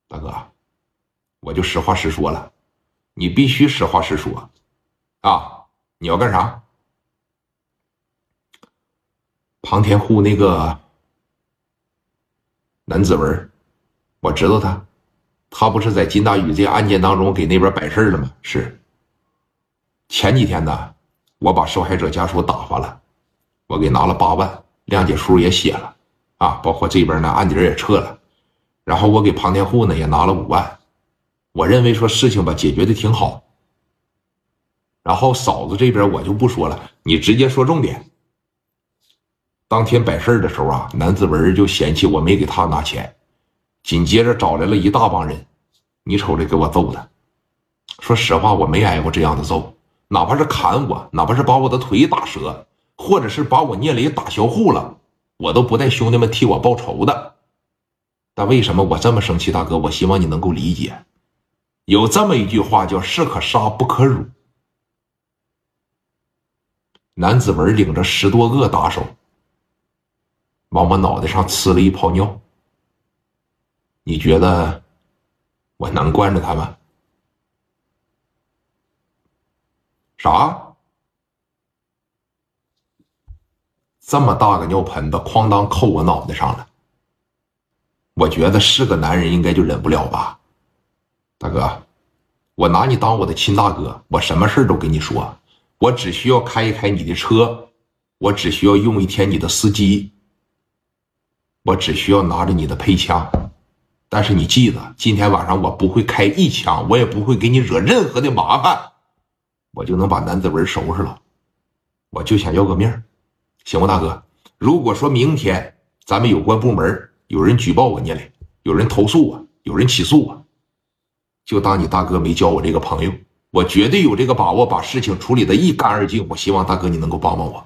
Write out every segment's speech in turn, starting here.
大哥，我就实话实说了，你必须实话实说啊！你要干啥？庞天户那个南子文，我知道他不是在金大宇这个案件当中给那边摆事了吗？是。前几天呢，我把受害者家属打发了，我给拿了8万，谅解书也写了啊，包括这边呢案底也撤了，然后我给庞天户呢也拿了5万。我认为说事情吧解决的挺好。然后嫂子这边我就不说了，你直接说重点。当天摆事的时候啊，南子文就嫌弃我没给他拿钱，紧接着找来了一大帮人，你瞅着给我揍的。说实话，我没挨过这样的揍，哪怕是砍我，哪怕是把我的腿打折，或者是把我聂磊打销户了，我都不带兄弟们替我报仇的。但为什么我这么生气，大哥？我希望你能够理解，有这么一句话叫士可杀不可辱。南子文领着10多个打手往我脑袋上呲了一泡尿，你觉得我能惯着他们？啥？这么大个尿盆子哐当扣我脑袋上了，我觉得是个男人应该就忍不了吧。大哥，我拿你当我的亲大哥，我什么事都跟你说，我只需要开一开你的车，我只需要用一天你的司机，我只需要拿着你的配枪。但是你记得，今天晚上我不会开1枪，我也不会给你惹任何的麻烦，我就能把南子文收拾了。我就想要个命，行吗大哥？如果说明天咱们有关部门有人举报我聂磊，有人投诉我，有人起诉我，就当你大哥没交我这个朋友，我绝对有这个把握把事情处理得一干二净。我希望大哥你能够帮帮我。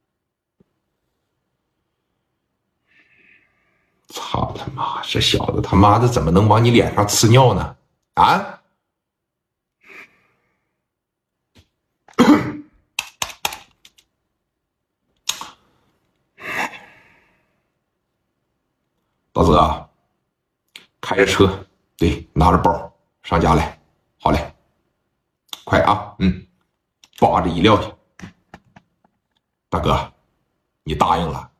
操他妈，这小子他妈的怎么能往你脸上呲尿呢？啊！大子啊，开着车，对，拿着包上家来。好嘞，快啊，扒着衣料去。大哥，你答应了？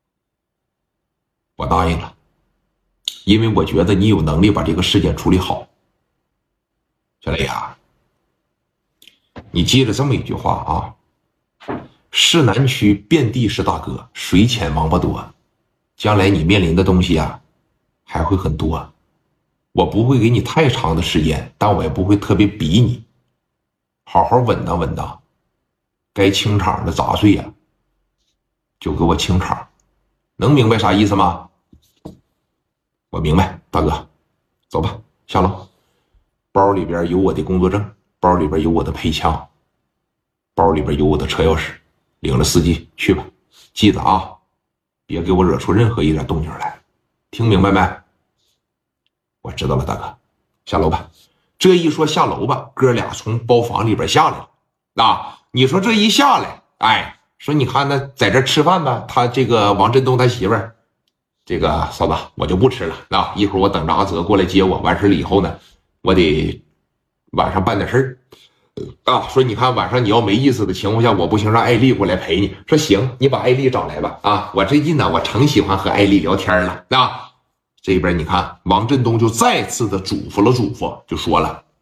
我答应了，因为我觉得你有能力把这个事件处理好。小磊啊，你记着这么一句话啊，市南区遍地是大哥，水浅王八多。将来你面临的东西啊还会很多，我不会给你太长的时间，但我也不会特别逼你，好好稳当稳当，该清场的杂碎啊就给我清场，能明白啥意思吗？我明白，大哥，走吧，下楼。包里边有我的工作证，包里边有我的配枪，包里边有我的车钥匙，领着司机去吧。记得啊，别给我惹出任何一点动静来，听明白没？我知道了，大哥，下楼吧。这一说下楼吧，哥俩从包房里边下来了啊！你说这一下来，哎，说你看呢，在这吃饭吧，他这个王振东他媳妇儿，这个嫂子我就不吃了啊！一会儿我等着阿泽过来接我，完事了以后呢，我得晚上办点事儿。啊，说你看晚上你要没意思的情况下，我不行让艾丽过来陪你。说行，你把艾丽找来吧。啊，我最近呢，我成喜欢和艾丽聊天了。啊，这边你看王振东就再次的嘱咐了嘱咐，就说了，